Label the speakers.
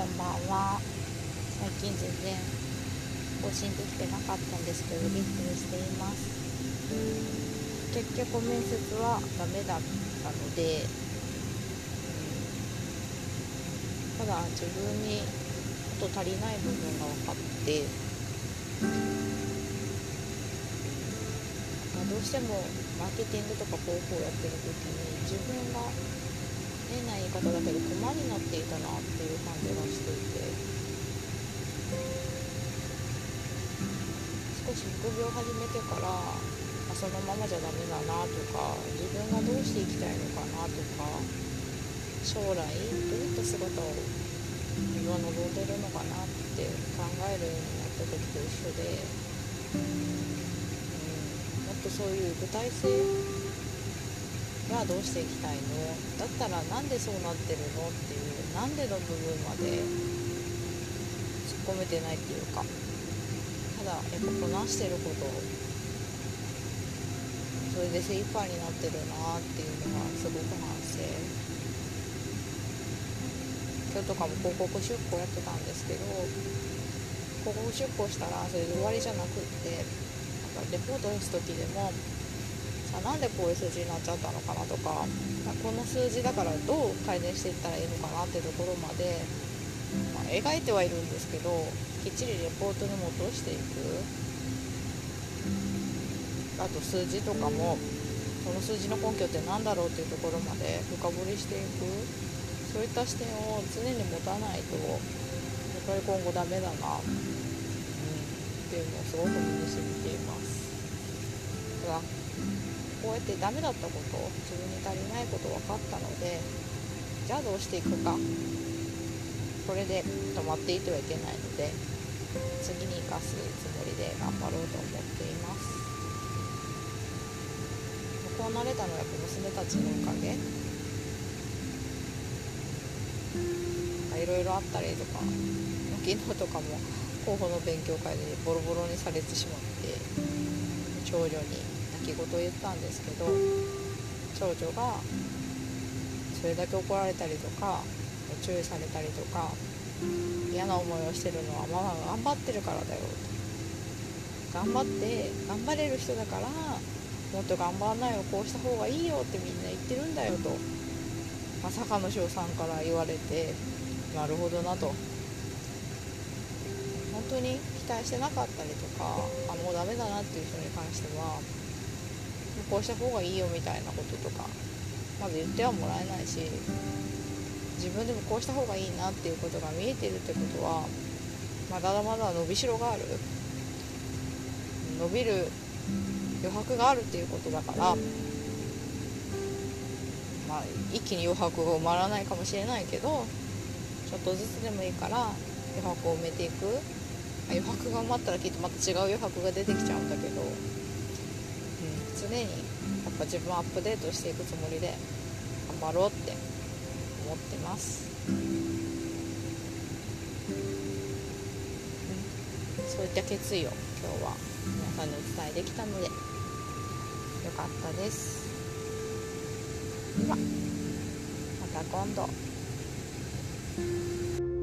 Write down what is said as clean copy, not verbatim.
Speaker 1: んばんは。最近全然更新できてなかったんですけど、元気にしています。結局面接はダメだったので、ただ自分にちょっと足りない部分が分かって、どうしてもマーケティングとか広報やってる時に自分が変な言い方だけど駒になっていたなっていう感じがしていて、少し副業を始めてから、そのままじゃダメだなとか、自分がどうしていきたいのかなとか、将来どういった姿を自分は望んでるのかなって考えるようになった時と一緒で、もっとそういう具体性がどうしていきたいのだったら、なんでそうなってるのっていう、なんでの部分まで突っ込めてないっていうか、ただやっぱこなしてることそれで精一杯になってるなっていうのがすごく反省。今日とかも広告出稿やってたんですけど、広告出稿したらそれで終わりじゃなくって、レポートする時でもなんでこういう数字になっちゃったのかなとか、この数字だからどう改善していったらいいのかなっていうところまで、描いてはいるんですけど、きっちりレポートにも落としていく。あと数字とかも、この数字の根拠って何だろうっていうところまで深掘りしていく、そういった視点を常に持たないとやっぱり今後ダメだな、っていうのをすごく身に染みています。ただこうやってダメだったこと、自分に足りないこと分かったので、じゃあどうしていくか、これで止まっていてはいけないので、次に生かすつもりで頑張ろうと思っています。こうなれたのはやっぱ娘たちのおかげ。いろいろあったりとか、昨日とかも候補の勉強会でボロボロにされてしまって、長女に泣き言を言ったんですけど、長女がそれだけ怒られたりとか注意されたりとか嫌な思いをしてるのはママが頑張ってるからだよと、頑張れる人だからもっと頑張んないよ、こうした方がいいよってみんな言ってるんだよと、坂野翔さんから言われて、なるほどなと。本当に期待してなかったりとか、もうダメだなっていう人に関してはこうした方がいいよみたいなこととかまず言ってはもらえないし、自分でもこうした方がいいなっていうことが見えてるってことは、まだまだ伸びしろがある、伸びる余白があるっていうことだから、一気に余白が埋まらないかもしれないけど、ちょっとずつでもいいから余白を埋めていく。余白が埋まったらきっとまた違う余白が出てきちゃうんだけど、常にやっぱ自分をアップデートしていくつもりで頑張ろうって思ってます。そういった決意を今日は皆さんにお伝えできたのでよかったです。ではまた今度。